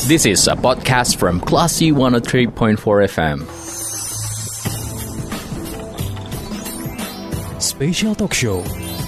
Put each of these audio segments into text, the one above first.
This is a podcast from Classy 103.4 FM. Special Talk Show.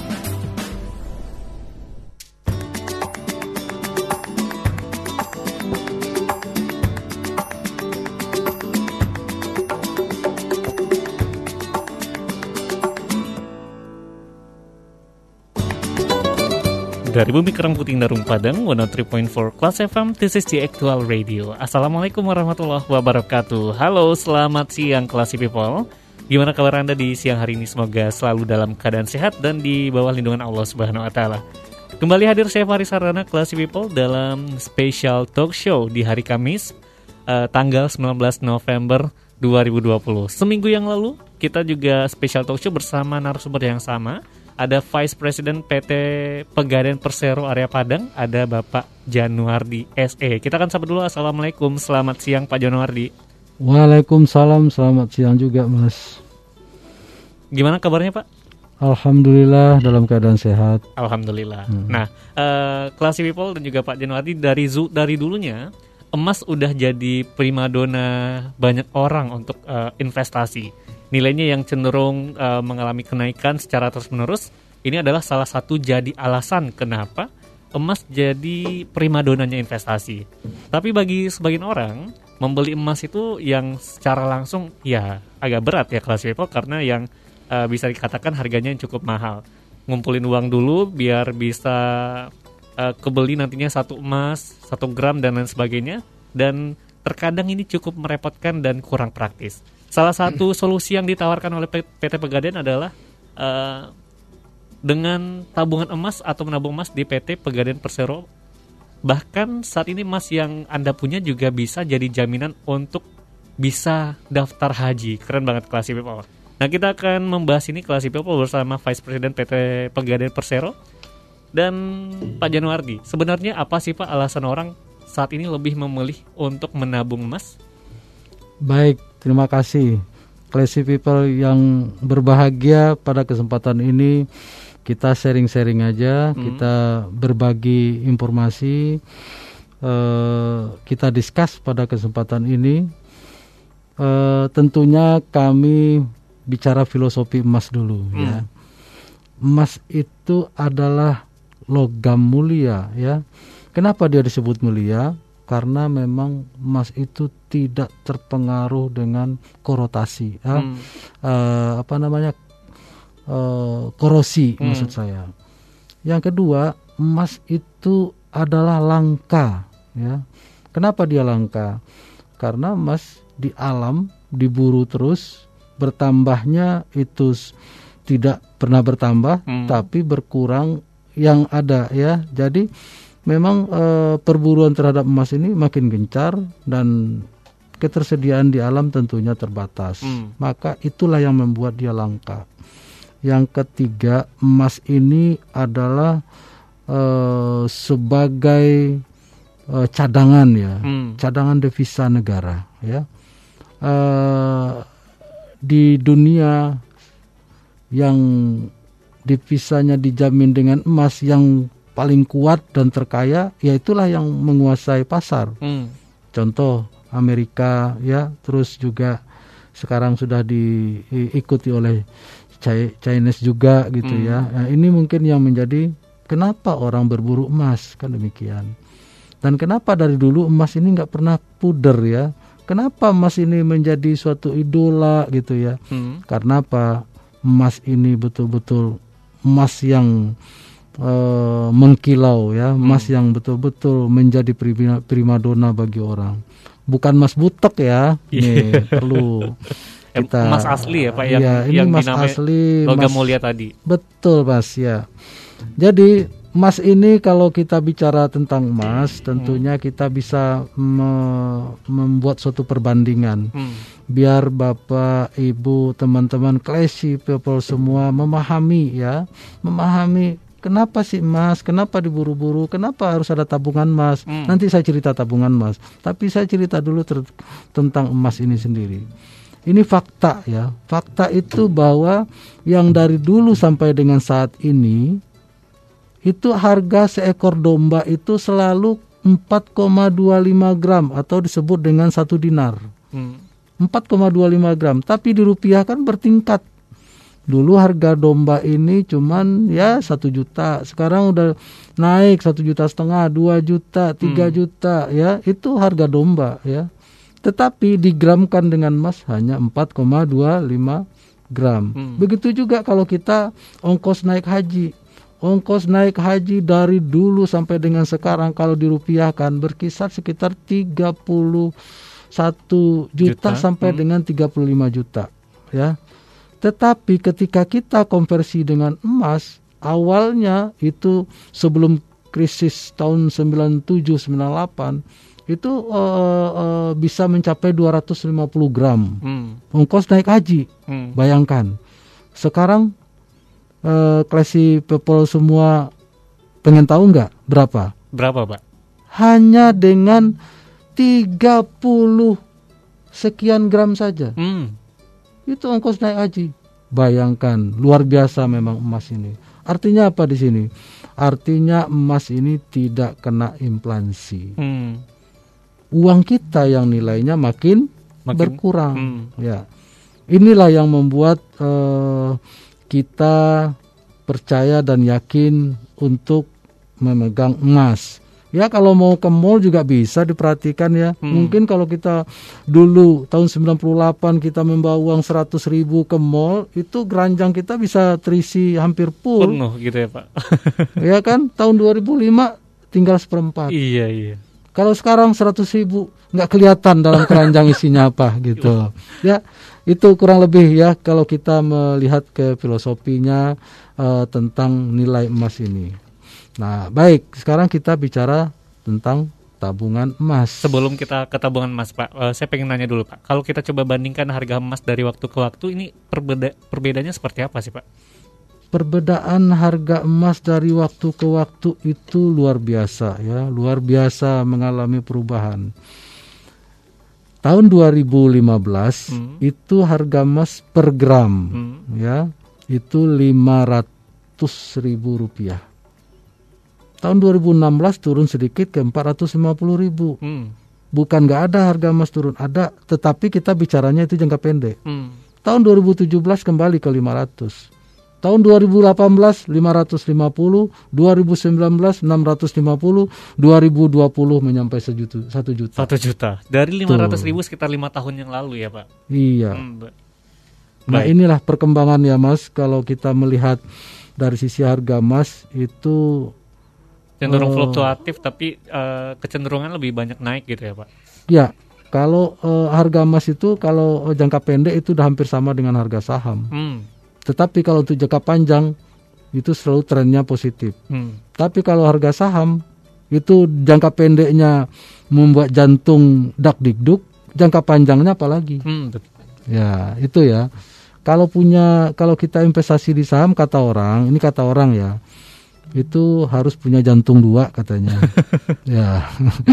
Dari Bumi Kerang Putih Darung Padang 103.4 Class FM, this is the actual radio. Assalamualaikum warahmatullahi wabarakatuh. Halo, selamat siang Classy People. Gimana kabar Anda di siang hari ini? Semoga selalu dalam keadaan sehat dan di bawah lindungan Allah Subhanahu wa taala. Kembali hadir saya Faris Sarana Classy People dalam Special Talk Show di hari Kamis tanggal 19 November 2020. Seminggu yang lalu kita juga Special Talk Show bersama narasumber yang sama. Ada Vice President PT Pegadaian Persero Area Padang, ada Bapak Januardi SE. Kita akan sapa dulu. Assalamualaikum, selamat siang Pak Januardi. Waalaikumsalam, selamat siang juga Mas. Gimana kabarnya Pak? Alhamdulillah dalam keadaan sehat. Alhamdulillah. Nah, Classy People dan juga Pak Januardi, dari dulunya emas udah jadi primadona banyak orang untuk investasi. Nilainya yang cenderung mengalami kenaikan secara terus-menerus. Ini adalah salah satu jadi alasan kenapa emas jadi primadonanya investasi. Tapi bagi sebagian orang, membeli emas itu yang secara langsung ya agak berat ya Classy People, karena yang bisa dikatakan harganya yang cukup mahal. Ngumpulin uang dulu biar bisa kebeli nantinya 1 emas, 1 gram dan lain sebagainya. Dan terkadang ini cukup merepotkan dan kurang praktis. Salah satu solusi yang ditawarkan oleh PT Pegadaian adalah dengan tabungan emas atau menabung emas di PT Pegadaian Persero. Bahkan saat ini emas yang Anda punya juga bisa jadi jaminan untuk bisa daftar haji. Keren banget Classy People. Nah, kita akan membahas ini Classy People bersama Vice President PT Pegadaian Persero dan Pak Januardi. Sebenarnya apa sih Pak alasan orang saat ini lebih memilih untuk menabung emas? Baik, terima kasih Classy People yang berbahagia. Pada kesempatan ini kita sharing-sharing aja, kita berbagi informasi, kita discuss pada kesempatan ini. Tentunya kami bicara filosofi emas dulu ya. Emas itu adalah logam mulia ya. Kenapa dia disebut mulia? Karena memang emas itu tidak terpengaruh dengan korotasi, korosi maksud saya. Yang kedua, emas itu adalah langka, ya. Kenapa dia langka? Karena emas di alam diburu terus, bertambahnya itu tidak pernah bertambah, tapi berkurang yang ada, ya. Jadi memang perburuan terhadap emas ini makin gencar dan ketersediaan di alam tentunya terbatas. Maka itulah yang membuat dia langka. Yang ketiga, emas ini adalah sebagai cadangan ya, cadangan devisa negara ya. Di dunia yang devisanya dijamin dengan emas yang paling kuat dan terkaya, ya itulah yang menguasai pasar. Contoh Amerika ya, terus juga sekarang sudah diikuti oleh Chinese juga gitu ya. Nah, ini mungkin yang menjadi kenapa orang berburu emas, kan demikian. Dan kenapa dari dulu emas ini nggak pernah pudar ya? Kenapa emas ini menjadi suatu idola gitu ya? Karena apa? Emas ini betul-betul emas yang mengkilau ya, emas yang betul-betul menjadi primadona bagi orang. Bukan emas butek ya, ini perlu kita emas asli ya Pak, yang emas asli, logam emas, mulia tadi. Betul Mas ya. Jadi emas ini kalau kita bicara tentang emas, tentunya kita bisa membuat suatu perbandingan. Biar Bapak, Ibu, teman-teman Classy People semua memahami ya, kenapa sih emas, kenapa diburu-buru, kenapa harus ada tabungan emas. Nanti saya cerita tabungan emas, tapi saya cerita dulu tentang emas ini sendiri. Ini fakta ya, fakta itu bahwa yang dari dulu sampai dengan saat ini, itu harga seekor domba itu selalu 4,25 gram atau disebut dengan 1 dinar. 4,25 gram, tapi dirupiahkan bertingkat. Dulu harga domba ini cuman ya 1 juta, sekarang udah naik 1,5 juta, 2 juta, 3 juta ya, itu harga domba ya. Tetapi digramkan dengan emas hanya 4,25 gram. Begitu juga kalau kita ongkos naik haji. Ongkos naik haji dari dulu sampai dengan sekarang kalau dirupiahkan berkisar sekitar 31 juta sampai dengan 35 juta ya. Tetapi ketika kita konversi dengan emas, awalnya itu sebelum krisis tahun 97-98 itu bisa mencapai 250 gram ongkos naik haji. Bayangkan sekarang classy people semua pengen tahu nggak berapa Pak? Hanya dengan 30 sekian gram saja itu ongkos naik haji. Bayangkan, luar biasa memang emas ini. Artinya apa di sini? Artinya emas ini tidak kena inflasi. Uang kita yang nilainya makin berkurang. Ya, inilah yang membuat kita percaya dan yakin untuk memegang emas. Ya kalau mau ke mall juga bisa diperhatikan ya. Mungkin kalau kita dulu tahun 98 kita membawa uang 100.000 ke mall, itu geranjang kita bisa terisi hampir full. Penuh gitu ya Pak. Ya kan, tahun 2005 tinggal 1/4. Iya. Kalau sekarang 100.000 nggak kelihatan dalam keranjang isinya apa gitu. Ya, itu kurang lebih ya kalau kita melihat ke filosofinya tentang nilai emas ini. Nah, baik, sekarang kita bicara tentang tabungan emas. Sebelum kita ke tabungan emas, Pak, saya pengen nanya dulu, Pak. Kalau kita coba bandingkan harga emas dari waktu ke waktu, ini perbedaannya seperti apa sih, Pak? Perbedaan harga emas dari waktu ke waktu itu luar biasa ya, luar biasa mengalami perubahan. Tahun 2015 itu harga emas per gram ya, itu 500.000 rupiah. Tahun 2016 turun sedikit ke 450.000. Bukan nggak ada harga emas turun, ada, tetapi kita bicaranya itu jangka pendek. Tahun 2017 kembali ke 500. Tahun 2018 550, 2019 650, 2020 menyampai 1 juta. 1 juta. Dari 500.000 sekitar 5 tahun yang lalu ya Pak? Iya. Nah inilah perkembangan ya Mas, kalau kita melihat dari sisi harga emas itu cenderung fluktuatif, tapi kecenderungan lebih banyak naik gitu ya Pak? Ya, kalau harga emas itu kalau jangka pendek itu udah hampir sama dengan harga saham. Tetapi kalau untuk jangka panjang itu selalu trennya positif. Tapi kalau harga saham itu jangka pendeknya membuat jantung dak dikduk, jangka panjangnya apalagi. Ya, itu ya. Kalau kita investasi di saham, kata orang ya, itu harus punya jantung 2 katanya. Ya.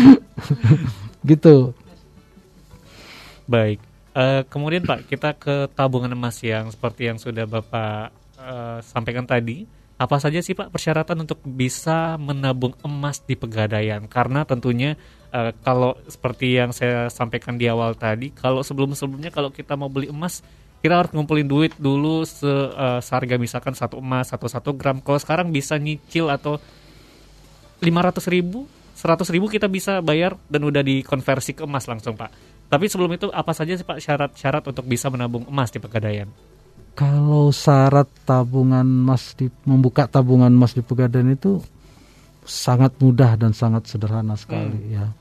Gitu. Baik. Kemudian Pak, kita ke tabungan emas yang seperti yang sudah Bapak sampaikan tadi. Apa saja sih Pak persyaratan untuk bisa menabung emas di Pegadaian? Karena tentunya kalau seperti yang saya sampaikan di awal tadi, kalau sebelumnya kalau kita mau beli emas, kita harus ngumpulin duit dulu seharga misalkan 1 emas atau 1 gram. Kalau sekarang bisa nyicil atau 500.000, 100.000 kita bisa bayar dan udah dikonversi ke emas langsung Pak. Tapi sebelum itu apa saja sih Pak syarat-syarat untuk bisa menabung emas di Pegadaian? Kalau syarat membuka tabungan emas di Pegadaian itu sangat mudah dan sangat sederhana sekali ya.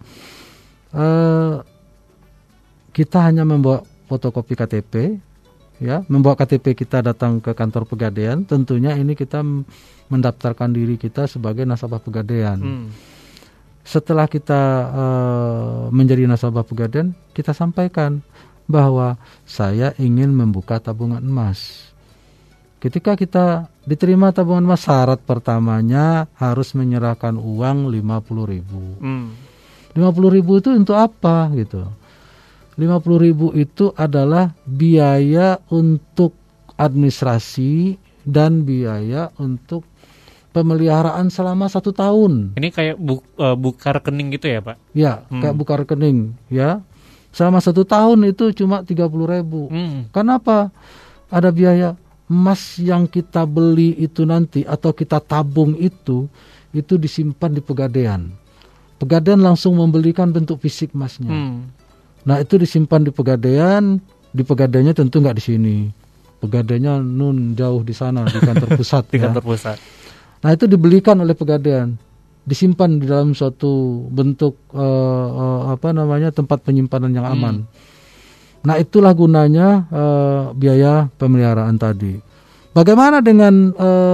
Kita hanya membawa fotokopi KTP. Ya, membawa KTP kita datang ke kantor Pegadaian, tentunya ini kita mendaftarkan diri kita sebagai nasabah Pegadaian. Setelah kita menjadi nasabah Pegadaian, kita sampaikan bahwa saya ingin membuka tabungan emas. Ketika kita diterima tabungan emas, syarat pertamanya harus menyerahkan uang 50.000. 50.000 itu untuk apa gitu? 50.000 itu adalah biaya untuk administrasi dan biaya untuk pemeliharaan selama 1 tahun. Ini kayak buka rekening gitu ya Pak? Ya, kayak buka rekening ya. Selama 1 tahun itu cuma 30.000. Kenapa? Ada biaya. Emas yang kita beli itu nanti atau kita tabung itu disimpan di Pegadaian. Pegadaian langsung membelikan bentuk fisik emasnya. Nah itu disimpan di Pegadaian. Di Pegadaiannya tentu nggak di sini. Pegadaiannya jauh di sana di kantor pusat. Di kantor pusat. Nah itu dibelikan oleh Pegadaian, disimpan di dalam suatu bentuk tempat penyimpanan yang aman. Nah itulah gunanya biaya pemeliharaan tadi. Bagaimana dengan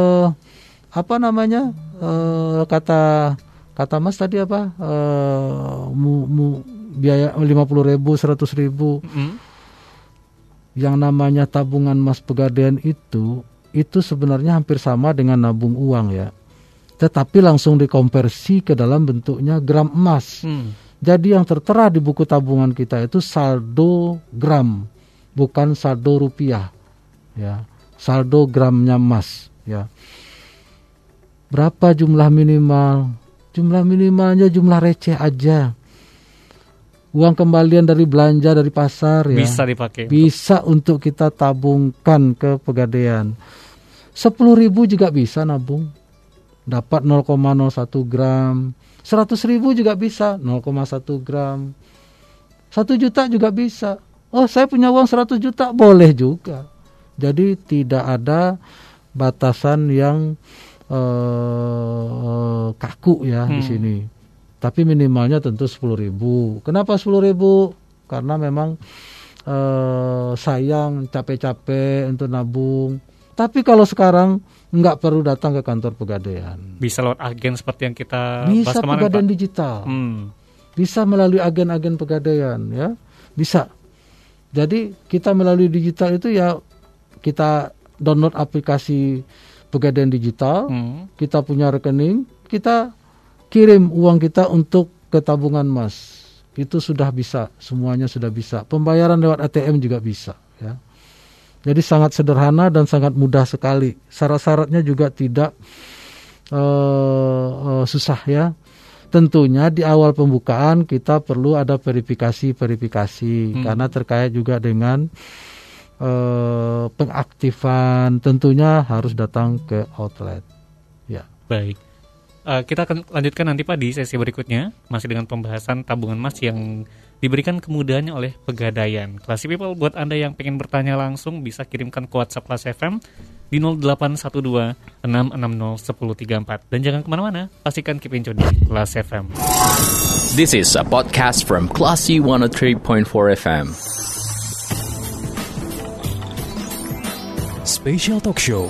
kata Mas tadi apa? Biaya 50.000, 100.000. Yang namanya tabungan emas Pegadaian itu sebenarnya hampir sama dengan nabung uang ya. Tetapi langsung dikonversi ke dalam bentuknya gram emas. Jadi yang tertera di buku tabungan kita itu saldo gram, bukan saldo rupiah. Ya, saldo gramnya emas. Ya. Berapa jumlah minimal? Jumlah minimalnya jumlah receh aja. Uang kembalian dari belanja dari pasar ya. Bisa dipakai. Bisa untuk kita tabungkan ke Pegadaian. 10.000 juga bisa nabung. Dapat 0,01 gram. 100.000 juga bisa 0,1 gram. 1 juta juga bisa. Oh saya punya uang 100 juta boleh juga. Jadi tidak ada batasan yang kaku ya di sini. Tapi minimalnya tentu 10.000. Kenapa 10.000? Karena memang sayang capek-capek untuk nabung. Tapi kalau sekarang nggak perlu datang ke kantor Pegadaian. Bisa lewat agen seperti yang kita bisa bahas kemarin, Pegadaian Pak. Digital. Bisa melalui agen-agen Pegadaian ya. Bisa. Jadi kita melalui digital itu ya kita download aplikasi Pegadaian Digital, kita punya rekening, kita kirim uang kita untuk ke tabungan emas. Itu sudah bisa, semuanya sudah bisa. Pembayaran lewat ATM juga bisa ya. Jadi sangat sederhana dan sangat mudah sekali. Syarat-syaratnya juga tidak susah ya. Tentunya di awal pembukaan kita perlu ada verifikasi karena terkait juga dengan pengaktifan. Tentunya harus datang ke outlet. Ya. Baik. Kita akan lanjutkan nanti Pak di sesi berikutnya masih dengan pembahasan tabungan emas yang diberikan kemudahannya oleh Pegadaian. Classy People, buat Anda yang pengen bertanya langsung bisa kirimkan ke WhatsApp Classy FM di 0812 660 1034. Dan jangan kemana-mana, pastikan keep in tune di Classy FM. This is a podcast from Classy 103.4 FM. Special Talk Show.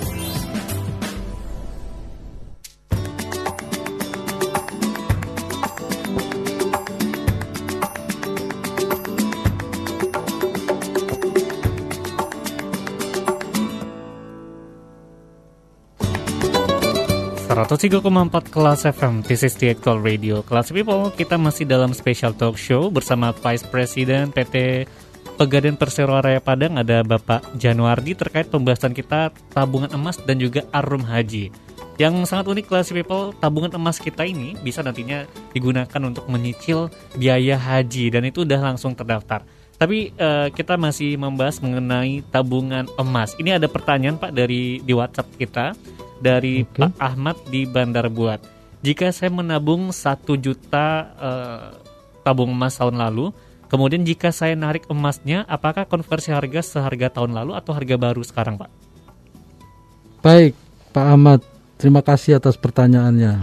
Atau 3,4 Kelas FM, this is the actual radio. Classy People, kita masih dalam special talk show bersama Vice President PT Pegadaian Persero Raya Padang, ada Bapak Januardi, terkait pembahasan kita tabungan emas dan juga Arum Haji. Yang sangat unik Classy People, tabungan emas kita ini bisa nantinya digunakan untuk menyicil biaya haji dan itu udah langsung terdaftar. Tapi kita masih membahas mengenai tabungan emas. Ini ada pertanyaan Pak di WhatsApp kita. Dari Pak Ahmad di Bandar Buat. Jika saya menabung 1 juta tabung emas tahun lalu, kemudian jika saya narik emasnya, apakah konversi harga seharga tahun lalu atau harga baru sekarang, Pak? Baik, Pak Ahmad, terima kasih atas pertanyaannya.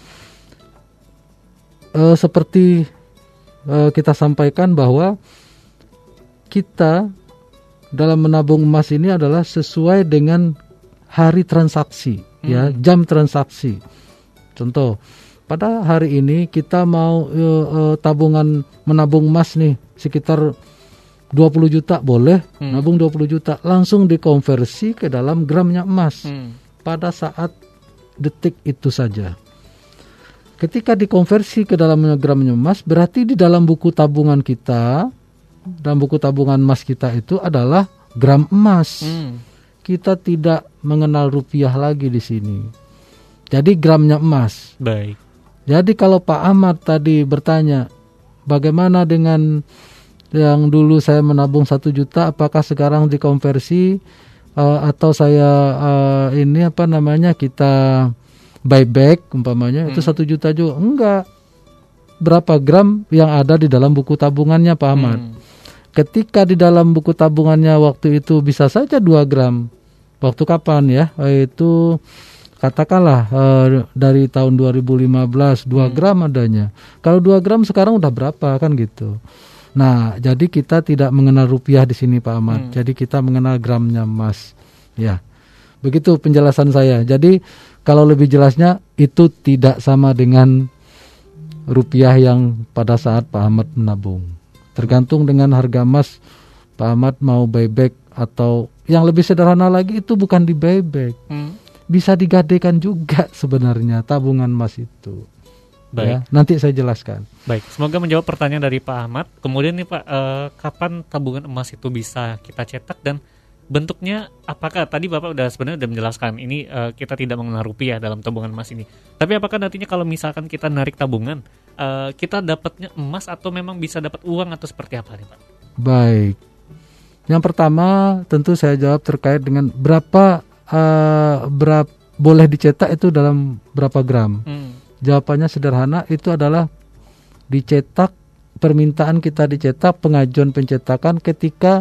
Seperti kita sampaikan bahwa kita dalam menabung emas ini adalah sesuai dengan hari transaksi, ya, jam transaksi. Contoh, pada hari ini kita mau menabung emas nih sekitar 20 juta, boleh nabung 20 juta, langsung dikonversi ke dalam gramnya emas pada saat detik itu saja. Ketika dikonversi ke dalam gramnya emas, berarti di dalam buku tabungan kita, dalam buku tabungan emas kita itu adalah gram emas. Kita tidak mengenal rupiah lagi di sini. Jadi gramnya emas. Baik. Jadi kalau Pak Ahmad tadi bertanya, bagaimana dengan yang dulu saya menabung 1 juta, apakah sekarang dikonversi atau saya kita buyback umpamanya itu 1 juta juga? Enggak. Berapa gram yang ada di dalam buku tabungannya Pak Ahmad? Ketika di dalam buku tabungannya waktu itu bisa saja 2 gram. Waktu kapan ya? Itu katakanlah dari tahun 2015 2 gram adanya. Kalau 2 gram sekarang udah berapa kan gitu. Nah, jadi kita tidak mengenal rupiah di sini Pak Ahmad. Jadi kita mengenal gramnya emas. Ya. Begitu penjelasan saya. Jadi kalau lebih jelasnya itu tidak sama dengan rupiah yang pada saat Pak Ahmad menabung. Tergantung dengan harga emas Pak Ahmad mau buyback atau yang lebih sederhana lagi itu bukan di buyback. Bisa digadekan juga sebenarnya tabungan emas itu. Baik. Ya, nanti saya jelaskan. Baik, semoga menjawab pertanyaan dari Pak Ahmad. Kemudian nih Pak, kapan tabungan emas itu bisa kita cetak dan bentuknya apakah? Tadi Bapak sebenarnya udah menjelaskan ini kita tidak mengenal rupiah dalam tabungan emas ini. Tapi apakah nantinya kalau misalkan kita narik tabungan, kita dapatnya emas atau memang bisa dapat uang atau seperti apa nih Pak? Baik. Yang pertama tentu saya jawab terkait dengan berapa boleh dicetak itu dalam berapa gram. Jawabannya sederhana, itu adalah dicetak, permintaan kita dicetak, pengajuan pencetakan ketika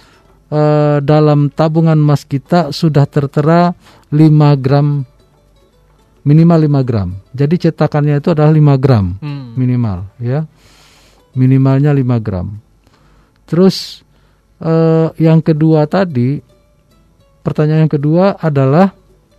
dalam tabungan emas kita sudah tertera 5 gram, minimal 5 gram. Jadi cetakannya itu adalah 5 gram minimal, ya. Minimalnya 5 gram. Terus yang kedua tadi, pertanyaan yang kedua adalah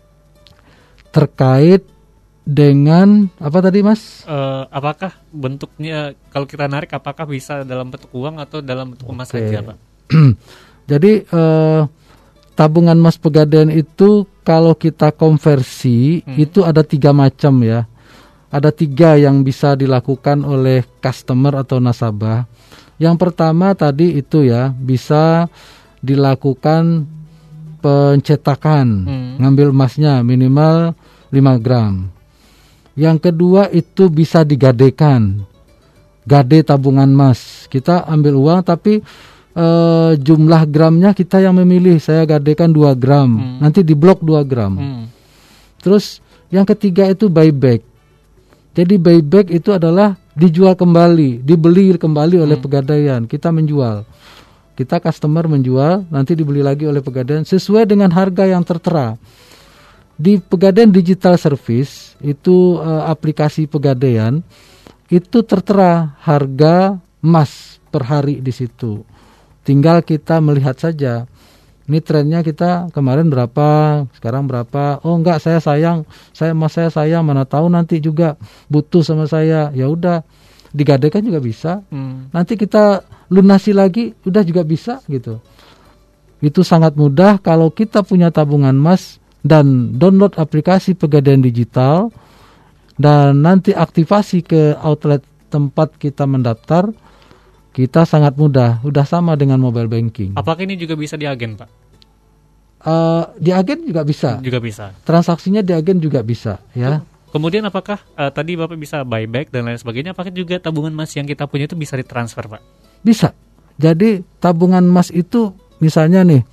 terkait dengan apa tadi Mas? Apakah bentuknya kalau kita narik apakah bisa dalam bentuk uang atau dalam bentuk emas saja Pak? Jadi tabungan emas Pegadaian itu kalau kita konversi itu ada 3 macam ya. Ada 3 yang bisa dilakukan oleh customer atau nasabah. Yang pertama tadi itu ya bisa dilakukan pencetakan, ngambil emasnya minimal 5 gram. Yang kedua itu bisa digadekan, gade tabungan emas. Kita ambil uang tapi jumlah gramnya kita yang memilih. Saya gadekan 2 gram, nanti diblok 2 gram. Terus yang ketiga itu buyback. Jadi buyback itu adalah dijual kembali, dibeli kembali oleh Pegadaian. Kita menjual, kita customer menjual, nanti dibeli lagi oleh Pegadaian sesuai dengan harga yang tertera. Di Pegadaian Digital Service itu aplikasi Pegadaian itu tertera harga emas per hari di situ. Tinggal kita melihat saja. Ini trennya kita kemarin berapa, sekarang berapa. Oh enggak, saya sayang, emas saya sayang, mana tahu nanti juga butuh sama saya. Ya udah, digadekan juga bisa. Nanti kita lunasi lagi, udah juga bisa gitu. Itu sangat mudah kalau kita punya tabungan emas dan download aplikasi Pegadaian Digital dan nanti aktivasi ke outlet tempat kita mendaftar. Kita sangat mudah, udah sama dengan mobile banking. Apakah ini juga bisa di agen, Pak? Di agen juga bisa. Juga bisa. Transaksinya di agen juga bisa, ya. Kemudian apakah tadi Bapak bisa buyback dan lain sebagainya? Apakah juga tabungan emas yang kita punya itu bisa ditransfer, Pak? Bisa. Jadi tabungan emas itu misalnya nih,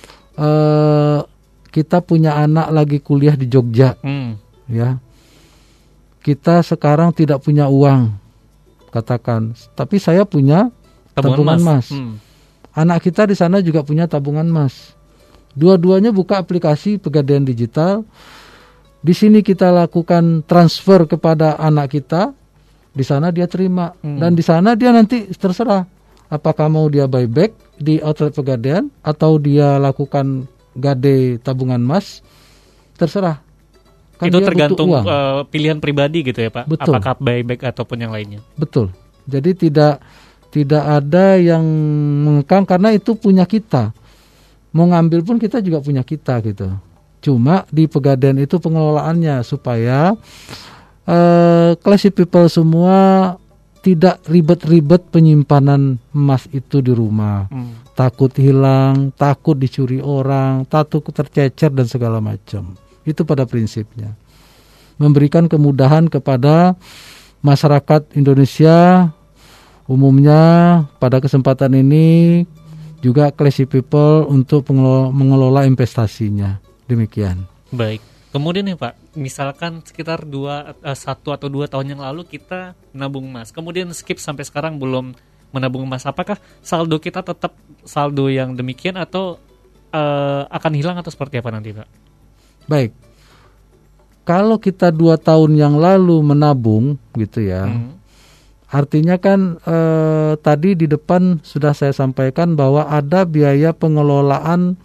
kita punya anak lagi kuliah di Jogja, ya. Kita sekarang tidak punya uang. Katakan, tapi saya punya tabungan emas. Anak kita di sana juga punya tabungan emas. Dua-duanya buka aplikasi Pegadaian Digital. Di sini kita lakukan transfer kepada anak kita. Di sana dia terima. Dan di sana dia nanti terserah. Apakah mau dia buyback di outlet Pegadaian atau dia lakukan gade tabungan emas, terserah. Kan itu tergantung pilihan pribadi gitu ya Pak. Betul. Apakah buyback ataupun yang lainnya. Betul. Jadi tidak ada yang mengekang karena itu punya kita. Mau ngambil pun kita juga punya kita gitu. Cuma di Pegadaian itu pengelolaannya supaya classy people semua tidak ribet-ribet penyimpanan emas itu di rumah. Takut hilang, takut dicuri orang, takut tercecer dan segala macam. Itu pada prinsipnya. memberikan kemudahan kepada masyarakat Indonesia umumnya. Pada kesempatan ini juga Classy People untuk mengelola investasinya. Demikian. Baik. Kemudian ya Pak, misalkan sekitar 1 atau 2 tahun yang lalu kita nabung emas, kemudian skip sampai sekarang belum menabung emas, apakah saldo kita tetap saldo yang demikian atau akan hilang atau seperti apa nanti Pak? Baik, kalau kita 2 tahun yang lalu menabung gitu ya, artinya kan tadi di depan sudah saya sampaikan bahwa ada biaya pengelolaan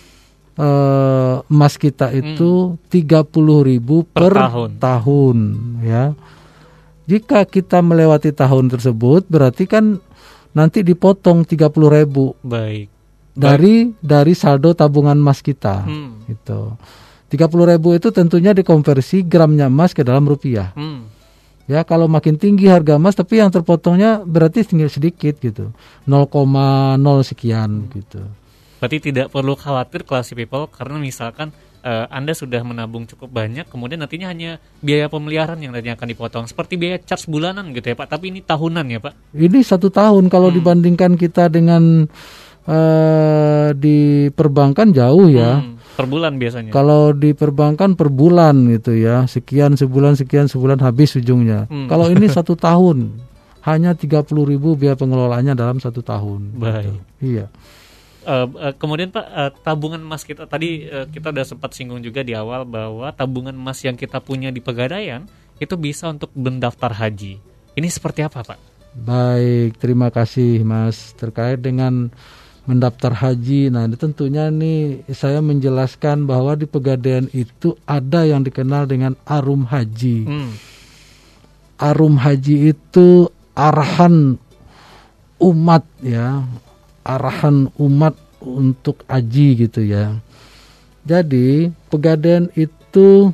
emas kita itu 30.000 per tahun ya. Jika kita melewati tahun tersebut berarti kan nanti dipotong 30.000. Baik. Dari saldo tabungan emas kita. Gitu. 30.000 itu tentunya dikonversi gramnya emas ke dalam rupiah. Ya, kalau makin tinggi harga emas tapi yang terpotongnya berarti tinggal sedikit gitu. 0,0 sekian gitu. Berarti tidak perlu khawatir Classy People karena misalkan Anda sudah menabung cukup banyak, kemudian nantinya hanya biaya pemeliharaan yang nantinya akan dipotong. Seperti biaya charge bulanan gitu ya Pak, tapi ini tahunan ya Pak? Ini 1 tahun kalau dibandingkan kita dengan di perbankan jauh ya. Per bulan biasanya. Kalau di perbankan per bulan gitu ya, sekian sebulan habis ujungnya. Kalau ini 1 tahun, hanya 30.000 biaya pengelolaannya dalam 1 tahun. Baik. Gitu. Iya. Kemudian Pak, tabungan emas kita tadi kita udah sempat singgung juga di awal bahwa tabungan emas yang kita punya di Pegadaian itu bisa untuk mendaftar haji. Ini seperti apa Pak? Baik, terima kasih Mas. Terkait dengan mendaftar haji, nah tentunya nih saya menjelaskan bahwa di Pegadaian itu ada yang dikenal dengan Arum Haji. Arum Haji itu arahan umat ya. Arahan umat untuk haji gitu ya. Jadi Pegadaian itu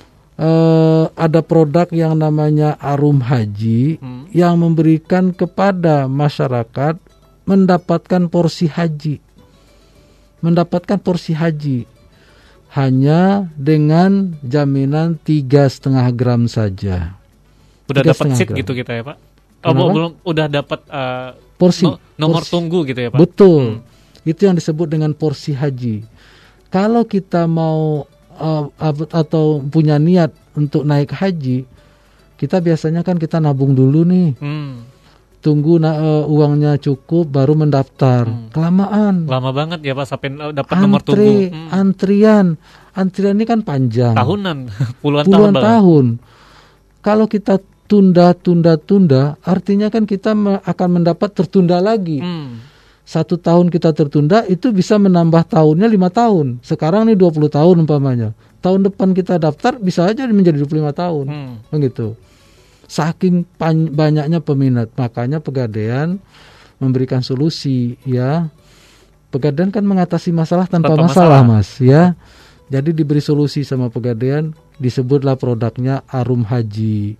ada produk yang namanya Arum Haji yang memberikan kepada masyarakat mendapatkan porsi haji. Mendapatkan porsi haji hanya dengan jaminan 3,5 gram saja. Udah dapat seat gitu kita ya Pak? Belum udah dapat porsi nomor porsi. tunggu gitu ya Pak? Betul. Itu yang disebut dengan porsi haji. Kalau kita mau atau punya niat untuk naik haji, kita biasanya kan kita nabung dulu nih. Tunggu uangnya cukup baru mendaftar. Kelamaan. Lama banget ya Pak sampai dapat nomor tunggu. Antrian ini kan panjang. Tahunan, puluhan tahun. Kalau kita tunda, artinya kan kita akan mendapat tertunda lagi. 1 tahun kita tertunda, itu bisa menambah tahunnya 5 tahun. Sekarang nih 20 tahun umpamanya. Tahun depan kita daftar, bisa aja menjadi 25 tahun. Begitu. Saking banyaknya peminat, makanya Pegadaian memberikan solusi ya. Pegadaian kan mengatasi masalah tanpa masalah Mas ya. Jadi diberi solusi sama Pegadaian, disebutlah produknya Arum Haji.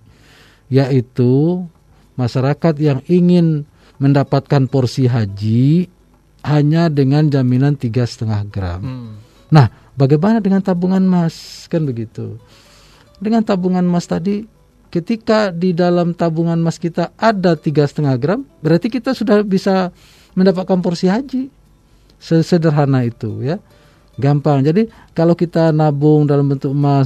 Yaitu masyarakat yang ingin mendapatkan porsi haji hanya dengan jaminan 3,5 gram. Nah, bagaimana dengan tabungan emas? Kan begitu. Dengan tabungan emas tadi, ketika di dalam tabungan emas kita ada 3,5 gram, berarti kita sudah bisa mendapatkan porsi haji. Sederhana itu ya. Gampang. Jadi kalau kita nabung dalam bentuk emas,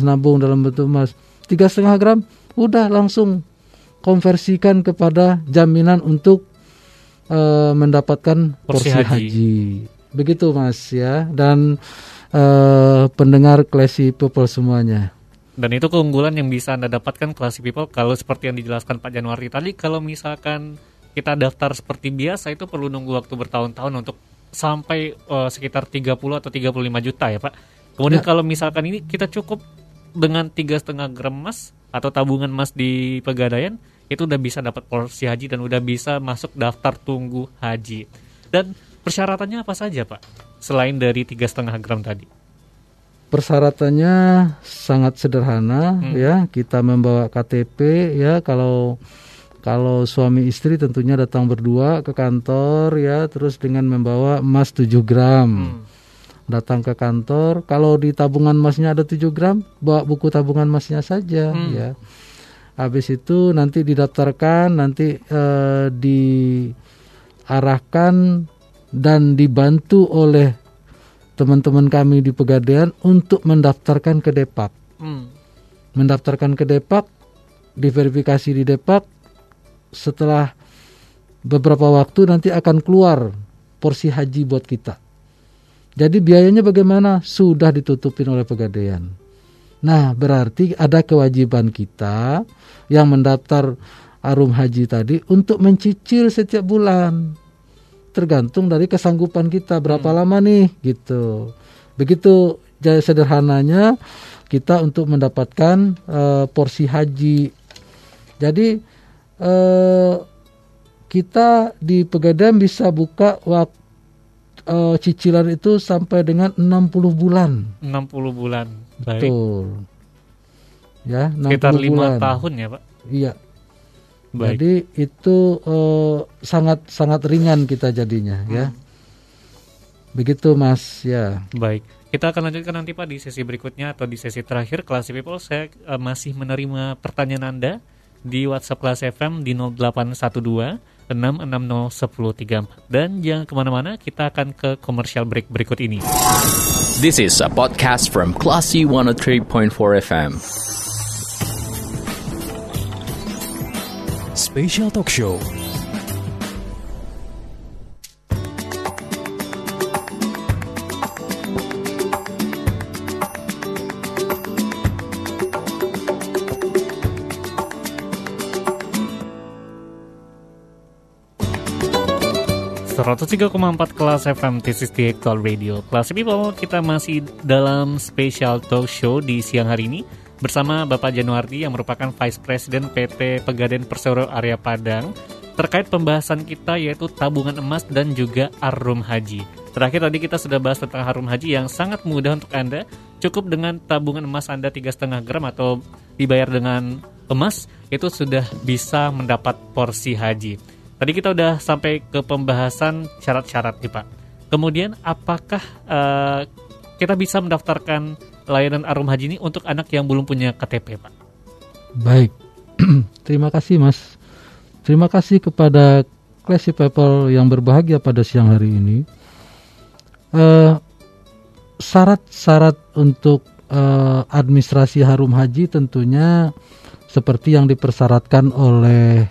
3,5 gram, udah langsung konversikan kepada jaminan untuk mendapatkan porsi haji. Begitu Mas ya. Dan pendengar Classy People semuanya. Dan itu keunggulan yang bisa Anda dapatkan Classy People. Kalau seperti yang dijelaskan Pak Januari tadi, kalau misalkan kita daftar seperti biasa itu perlu nunggu waktu bertahun-tahun untuk sampai sekitar 30 atau 35 juta ya Pak. Kemudian kalau misalkan ini kita cukup dengan 3,5 gram emas atau tabungan emas di Pegadaian, itu udah bisa dapat porsi haji dan udah bisa masuk daftar tunggu haji. Dan persyaratannya apa saja Pak? Selain dari 3,5 gram tadi. Persyaratannya sangat sederhana ya. Kita membawa KTP ya. Kalau suami istri tentunya datang berdua ke kantor ya, terus dengan membawa emas 7 gram. datang ke kantor. Kalau di tabungan emasnya ada 7 gram, bawa buku tabungan emasnya saja, ya. Habis itu nanti didaftarkan, nanti diarahkan dan dibantu oleh teman-teman kami di Pegadaian untuk mendaftarkan ke Depak. Mendaftarkan ke Depak, diverifikasi di Depak. Setelah beberapa waktu nanti akan keluar porsi haji buat kita. Jadi biayanya bagaimana? Sudah ditutupin oleh Pegadaian. Nah, berarti ada kewajiban kita yang mendaftar Arum Haji tadi untuk mencicil setiap bulan. Tergantung dari kesanggupan kita berapa lama nih gitu. Begitu sederhananya kita untuk mendapatkan porsi haji. Jadi kita di Pegadaian bisa buka cicilan itu sampai dengan 60 bulan. 60 bulan. Baik. Betul. Ya, 60 sekitar 5 bulan. tahun ya, Pak. Iya. Baik. Jadi itu sangat ringan kita jadinya, ya. Begitu, Mas, ya. Baik. Kita akan lanjutkan nanti, Pak, di sesi berikutnya atau di sesi terakhir Classy People. Saya masih menerima pertanyaan Anda di WhatsApp Classy FM di 0812 660 1034. Dan jangan kemana-mana, kita akan ke commercial break berikut ini. This is a podcast from Classy 103.4 FM. Special Talk Show. .4 Kelas FM, this is the actual radio. Classy People, kita masih dalam Special Talk Show di siang hari ini bersama Bapak Januardi yang merupakan Vice President PT Pegadaian Persero Area Padang terkait pembahasan kita yaitu tabungan emas dan juga Arum Haji. Terakhir tadi kita sudah bahas tentang Arum Haji yang sangat mudah untuk Anda. Cukup dengan tabungan emas Anda 3,5 gram atau dibayar dengan emas, itu sudah bisa mendapat porsi haji. Tadi kita udah sampai ke pembahasan syarat-syarat nih, Pak. Kemudian apakah kita bisa mendaftarkan layanan Arum Haji ini untuk anak yang belum punya KTP, Pak? Baik. Terima kasih, Mas. Terima kasih kepada Classy People yang berbahagia pada siang hari ini. Syarat-syarat untuk administrasi Arum Haji tentunya seperti yang dipersyaratkan oleh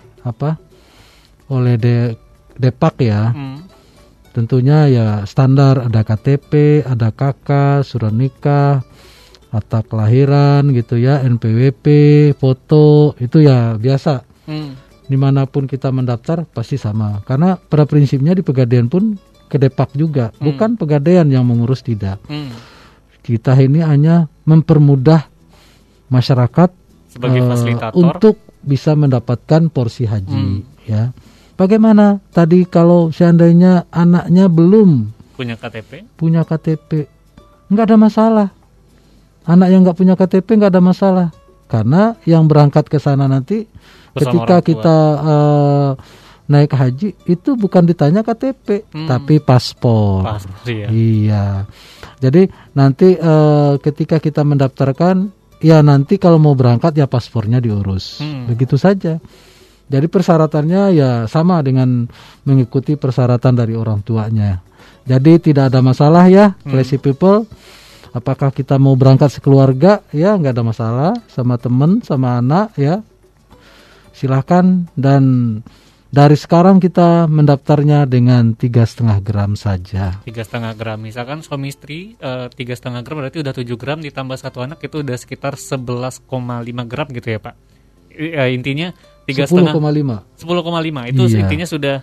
Depak ya. Tentunya ya standar, ada KTP, ada KK, surat nikah, akta kelahiran gitu ya, NPWP, foto, itu ya biasa. Dimanapun kita mendaftar pasti sama. Karena pada prinsipnya di Pegadaian pun ke Depak juga, bukan Pegadaian yang mengurus, tidak. Kita ini hanya mempermudah masyarakat sebagai fasilitator untuk bisa mendapatkan porsi haji ya. Bagaimana tadi kalau seandainya anaknya belum punya KTP, nggak ada masalah. Anak yang nggak punya KTP nggak ada masalah, karena yang berangkat ke sana nanti ketika kita naik haji itu bukan ditanya KTP, tapi paspor. Iya. Iya. Jadi nanti ketika kita mendaftarkan, ya nanti kalau mau berangkat ya paspornya diurus, begitu saja. Jadi persyaratannya ya sama dengan mengikuti persyaratan dari orang tuanya. Jadi tidak ada masalah ya, Classy People. Apakah kita mau berangkat sekeluarga, ya nggak ada masalah, sama teman, sama anak ya. Silahkan, dan dari sekarang kita mendaftarnya dengan 3,5 gram saja. 3,5 gram, misalkan suami istri 3,5 gram berarti udah 7 gram ditambah satu anak itu udah sekitar 11,5 gram gitu ya Pak. Intinya 10,5 itu iya. Intinya sudah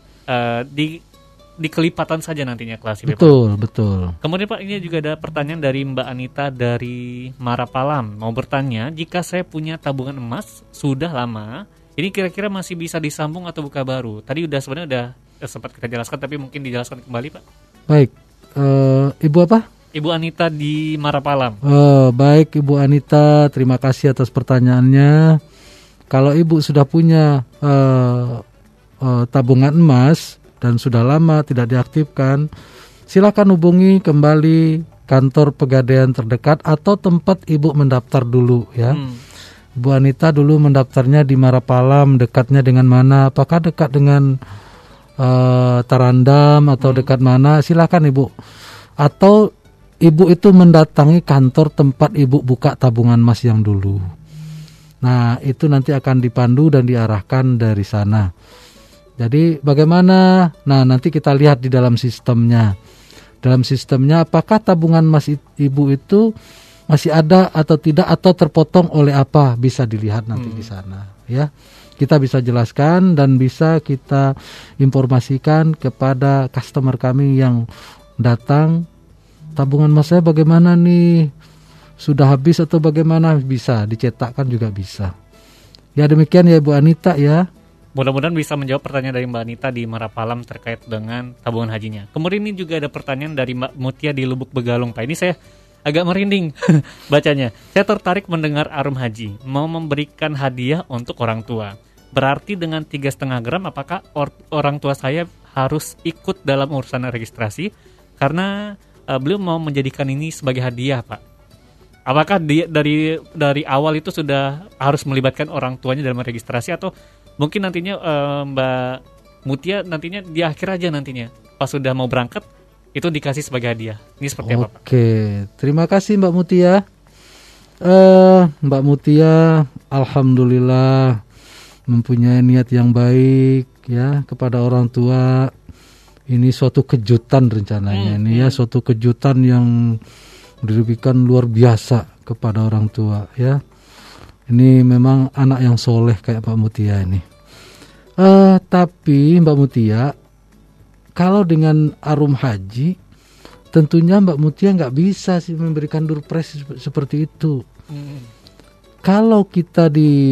di kelipatan saja nantinya Classy People. Betul. Kemudian Pak, ini juga ada pertanyaan dari Mbak Anita dari Marapalam. Mau bertanya, jika saya punya tabungan emas sudah lama, ini kira-kira masih bisa disambung atau buka baru? Tadi sebenarnya udah sempat kita jelaskan, tapi mungkin dijelaskan kembali Pak. Baik, Ibu apa? Ibu Anita di Marapalam. Baik Ibu Anita, terima kasih atas pertanyaannya. Kalau Ibu sudah punya tabungan emas dan sudah lama tidak diaktifkan, silakan hubungi kembali kantor pegadaian terdekat atau tempat ibu mendaftar dulu ya. Bu Anita dulu mendaftarnya di Marapalam, dekatnya dengan mana? Apakah dekat dengan Tarandam atau dekat mana? Silakan ibu. Atau ibu itu mendatangi kantor tempat ibu buka tabungan emas yang dulu. Nah, itu nanti akan dipandu dan diarahkan dari sana. Jadi bagaimana? Nah, nanti kita lihat di dalam sistemnya. Dalam sistemnya apakah tabungan emas ibu itu masih ada atau tidak, atau terpotong oleh apa, bisa dilihat nanti di sana ya. Kita bisa jelaskan dan bisa kita informasikan kepada customer kami yang datang, tabungan emas saya bagaimana nih, sudah habis atau bagaimana, bisa dicetakkan juga bisa. Ya demikian ya Ibu Anita ya. Mudah-mudahan bisa menjawab pertanyaan dari Mbak Anita di Marapalam terkait dengan tabungan hajinya. Kemudian ini juga ada pertanyaan dari Mbak Mutia di Lubuk Begalung. Pak, ini saya agak merinding bacanya. Saya tertarik mendengar Arum Haji, mau memberikan hadiah untuk orang tua. Berarti dengan 3,5 gram apakah orang tua saya harus ikut dalam urusan registrasi? Karena beliau mau menjadikan ini sebagai hadiah, Pak. Apakah dari awal itu sudah harus melibatkan orang tuanya dalam registrasi, atau mungkin nantinya Mbak Mutia nantinya di akhir aja nantinya pas sudah mau berangkat itu dikasih sebagai hadiah? Ini seperti apa, Pak? Oke, terima kasih Mbak Mutia. Mbak Mutia, alhamdulillah mempunyai niat yang baik ya kepada orang tua. Ini suatu kejutan rencananya ini ya, suatu kejutan yang diberikan luar biasa kepada orang tua ya. Ini memang anak yang soleh kayak Mbak Mutia ini. Tapi Mbak Mutia, kalau dengan Arum Haji, tentunya Mbak Mutia nggak bisa sih memberikan durpres seperti itu. Kalau kita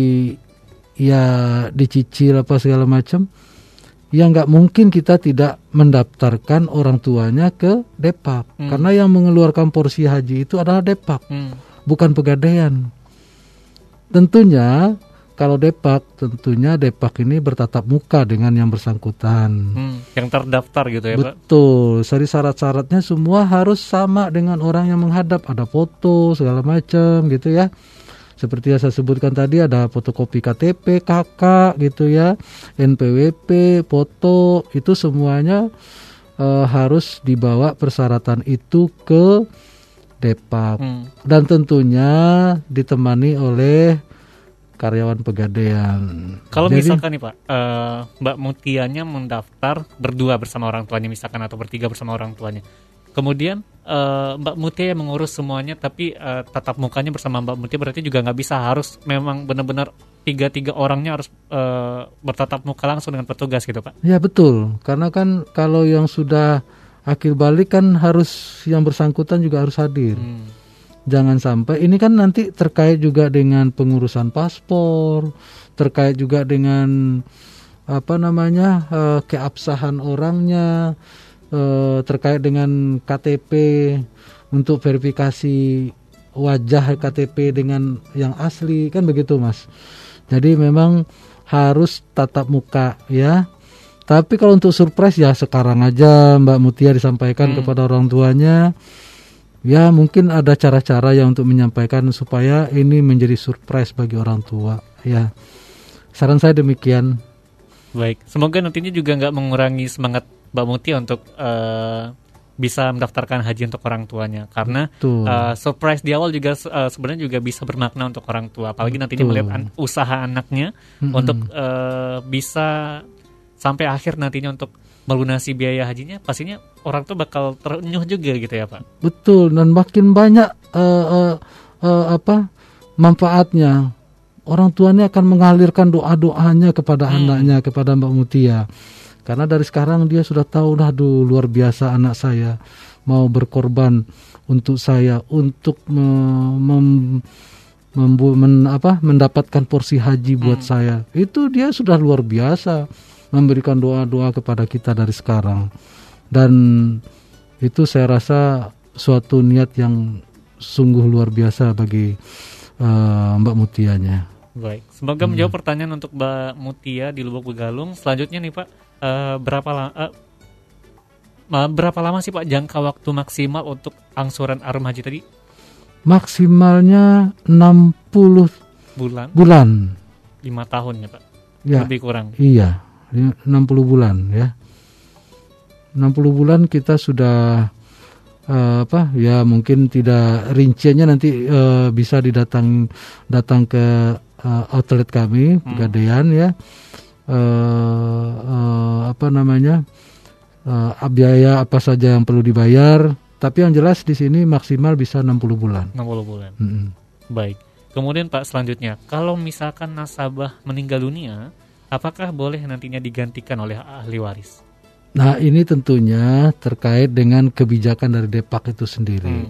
dicicil apa segala macam, ya nggak mungkin kita tidak mendaftarkan orang tuanya ke Depak. Karena yang mengeluarkan porsi haji itu adalah Depak, bukan pegadaian. Tentunya kalau Depak, tentunya Depak ini bertatap muka dengan yang bersangkutan. Yang terdaftar gitu ya, Pak? Betul, jadi syarat-syaratnya semua harus sama dengan orang yang menghadap. Ada foto, segala macam gitu ya. Seperti yang saya sebutkan tadi, ada fotokopi KTP, KK gitu ya, NPWP, foto, itu semuanya harus dibawa persyaratan itu ke Depak. Dan tentunya ditemani oleh karyawan pegadaian. Kalau misalkan nih Pak, Mbak Mutianya mendaftar berdua bersama orang tuanya misalkan, atau bertiga bersama orang tuanya. Kemudian Mbak Mutia yang mengurus semuanya, tapi tatap mukanya bersama Mbak Mutia, berarti juga nggak bisa, harus memang benar-benar tiga orangnya harus bertatap muka langsung dengan petugas gitu Pak? Ya betul, karena kan kalau yang sudah akhir balik kan harus yang bersangkutan juga harus hadir. Jangan sampai, ini kan nanti terkait juga dengan pengurusan paspor, terkait juga dengan keabsahan orangnya, terkait dengan KTP untuk verifikasi wajah KTP dengan yang asli, kan begitu Mas. Jadi memang harus tatap muka ya. Tapi kalau untuk surprise ya sekarang aja Mbak Mutia disampaikan kepada orang tuanya. Ya mungkin ada cara-cara yang untuk menyampaikan supaya ini menjadi surprise bagi orang tua ya. Saran saya demikian. Baik, semoga nantinya juga nggak mengurangi semangat Mbak Mutia untuk bisa mendaftarkan haji untuk orang tuanya, karena surprise di awal juga sebenarnya juga bisa bermakna untuk orang tua, apalagi nantinya melihat usaha anaknya untuk bisa sampai akhir nantinya untuk melunasi biaya hajinya, pastinya orang tua bakal terenyuh juga gitu ya Pak. Betul, dan makin banyak manfaatnya. Orang tuanya akan mengalirkan doa-doanya kepada anaknya, kepada Mbak Mutia. Karena dari sekarang dia sudah tahu, aduh luar biasa anak saya mau berkorban untuk saya, untuk mendapatkan porsi haji buat saya. Itu dia sudah luar biasa memberikan doa-doa kepada kita dari sekarang. Dan itu saya rasa suatu niat yang sungguh luar biasa bagi Mbak Mutianya. Baik, semoga menjawab pertanyaan untuk Mbak Mutia di Lubuk Begalung. Selanjutnya nih Pak, Berapa lama sih Pak jangka waktu maksimal untuk angsuran Arum Haji tadi? Maksimalnya 60 bulan. 5 tahun ya Pak? Ya, lebih kurang. Iya, 60 bulan ya. 60 bulan kita sudah mungkin tidak rinciannya nanti bisa datang ke outlet kami Pegadaian ya. Biaya apa saja yang perlu dibayar, tapi yang jelas di sini maksimal bisa 60 bulan. 60 bulan. Baik. Kemudian Pak, selanjutnya, kalau misalkan nasabah meninggal dunia, apakah boleh nantinya digantikan oleh ahli waris? Nah, ini tentunya terkait dengan kebijakan dari Depak itu sendiri.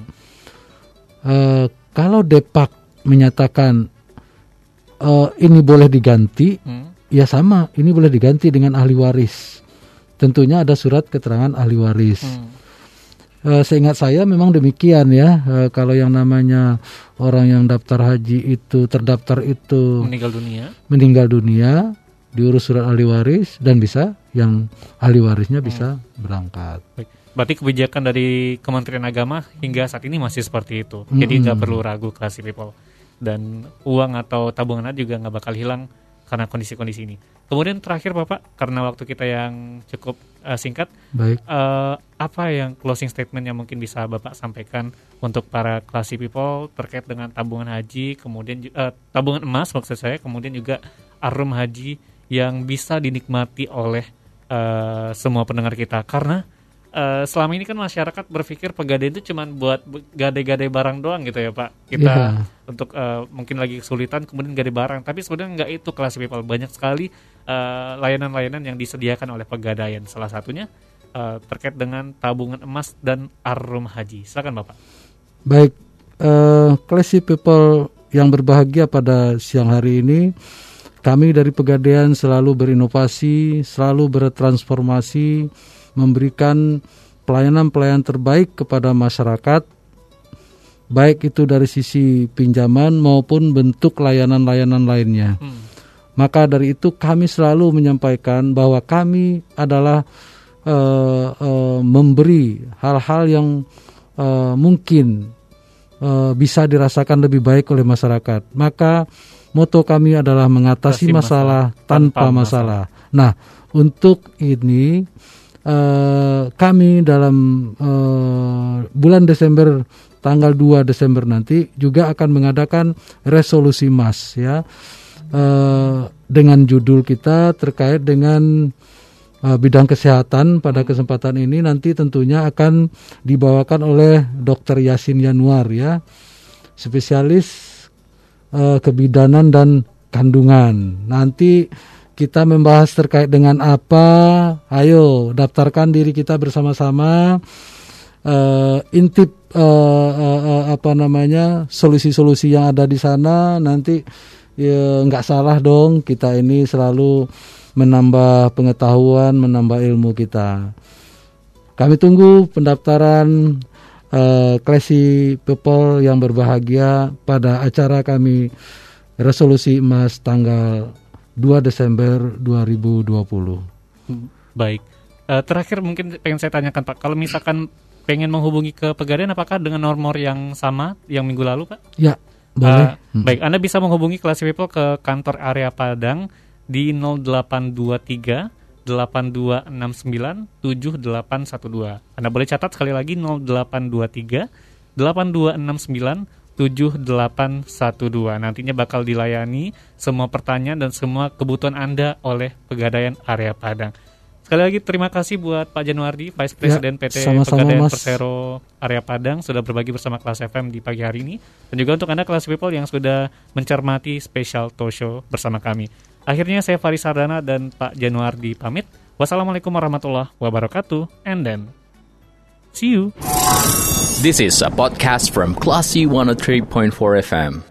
Kalau Depak menyatakan ini boleh diganti, ya sama, ini boleh diganti dengan ahli waris. Tentunya ada surat keterangan ahli waris. Seingat saya memang demikian ya. Kalau yang namanya orang yang daftar haji itu terdaftar itu meninggal dunia, diurus surat ahli waris dan bisa yang ahli warisnya bisa berangkat. Baik. Berarti kebijakan dari Kementerian Agama hingga saat ini masih seperti itu. Jadi nggak perlu ragu Classy People. Dan uang atau tabungan juga nggak bakal hilang karena kondisi-kondisi ini. Kemudian terakhir Bapak, karena waktu kita yang cukup singkat, baik. Apa yang closing statement yang mungkin bisa Bapak sampaikan untuk para Classy People terkait dengan tabungan haji, kemudian tabungan emas maksud saya, kemudian juga Arum Haji yang bisa dinikmati oleh semua pendengar kita, karena selama ini kan masyarakat berpikir Pegadaian itu cuma buat gadai-gadai barang doang gitu ya Pak. Kita untuk mungkin lagi kesulitan kemudian gadai barang, tapi sebenarnya nggak itu Classy People. Banyak sekali layanan-layanan yang disediakan oleh Pegadaian. Salah satunya terkait dengan tabungan emas dan Arum Haji. Silakan Bapak. Baik, Classy People yang berbahagia pada siang hari ini, kami dari Pegadaian selalu berinovasi, selalu bertransformasi, memberikan pelayanan-pelayanan terbaik kepada masyarakat, baik itu dari sisi pinjaman maupun bentuk layanan-layanan lainnya. Maka dari itu kami selalu menyampaikan bahwa kami adalah memberi hal-hal yang mungkin bisa dirasakan lebih baik oleh masyarakat. Maka moto kami adalah mengatasi masalah tanpa masalah. Nah, untuk ini kami dalam bulan Desember, tanggal 2 Desember nanti juga akan mengadakan resolusi mas ya, dengan judul kita terkait dengan bidang kesehatan. Pada kesempatan ini nanti tentunya akan dibawakan oleh Dr. Yasin Yanuar ya, spesialis kebidanan dan kandungan. Nanti kita membahas terkait dengan apa. Ayo daftarkan diri kita bersama-sama, intip solusi-solusi yang ada di sana. Nanti ya, nggak salah dong, kita ini selalu menambah pengetahuan, menambah ilmu kita. Kami tunggu pendaftaran Classy People yang berbahagia pada acara kami resolusi emas tanggal 2 Desember 2020. Baik. Terakhir mungkin pengen saya tanyakan Pak, kalau misalkan pengen menghubungi ke Pegadaian, apakah dengan nomor yang sama yang minggu lalu Pak? Ya, boleh. Baik, Anda bisa menghubungi Classy People ke kantor area Padang di 0823 8269 7812. Anda boleh catat sekali lagi 0823 8269 7812. Nantinya bakal dilayani semua pertanyaan dan semua kebutuhan Anda oleh Pegadaian area Padang. Sekali lagi terima kasih buat Pak Januardi, Vice President PT Pegadaian Persero area Padang, sudah berbagi bersama Kelas FM di pagi hari ini. Dan juga untuk Anda Classy People yang sudah mencermati special talk show bersama kami. Akhirnya saya Faris Sardana dan Pak Januardi pamit. Wassalamualaikum warahmatullahi wabarakatuh. And then, see you. This is a podcast from Classy 103.4 FM.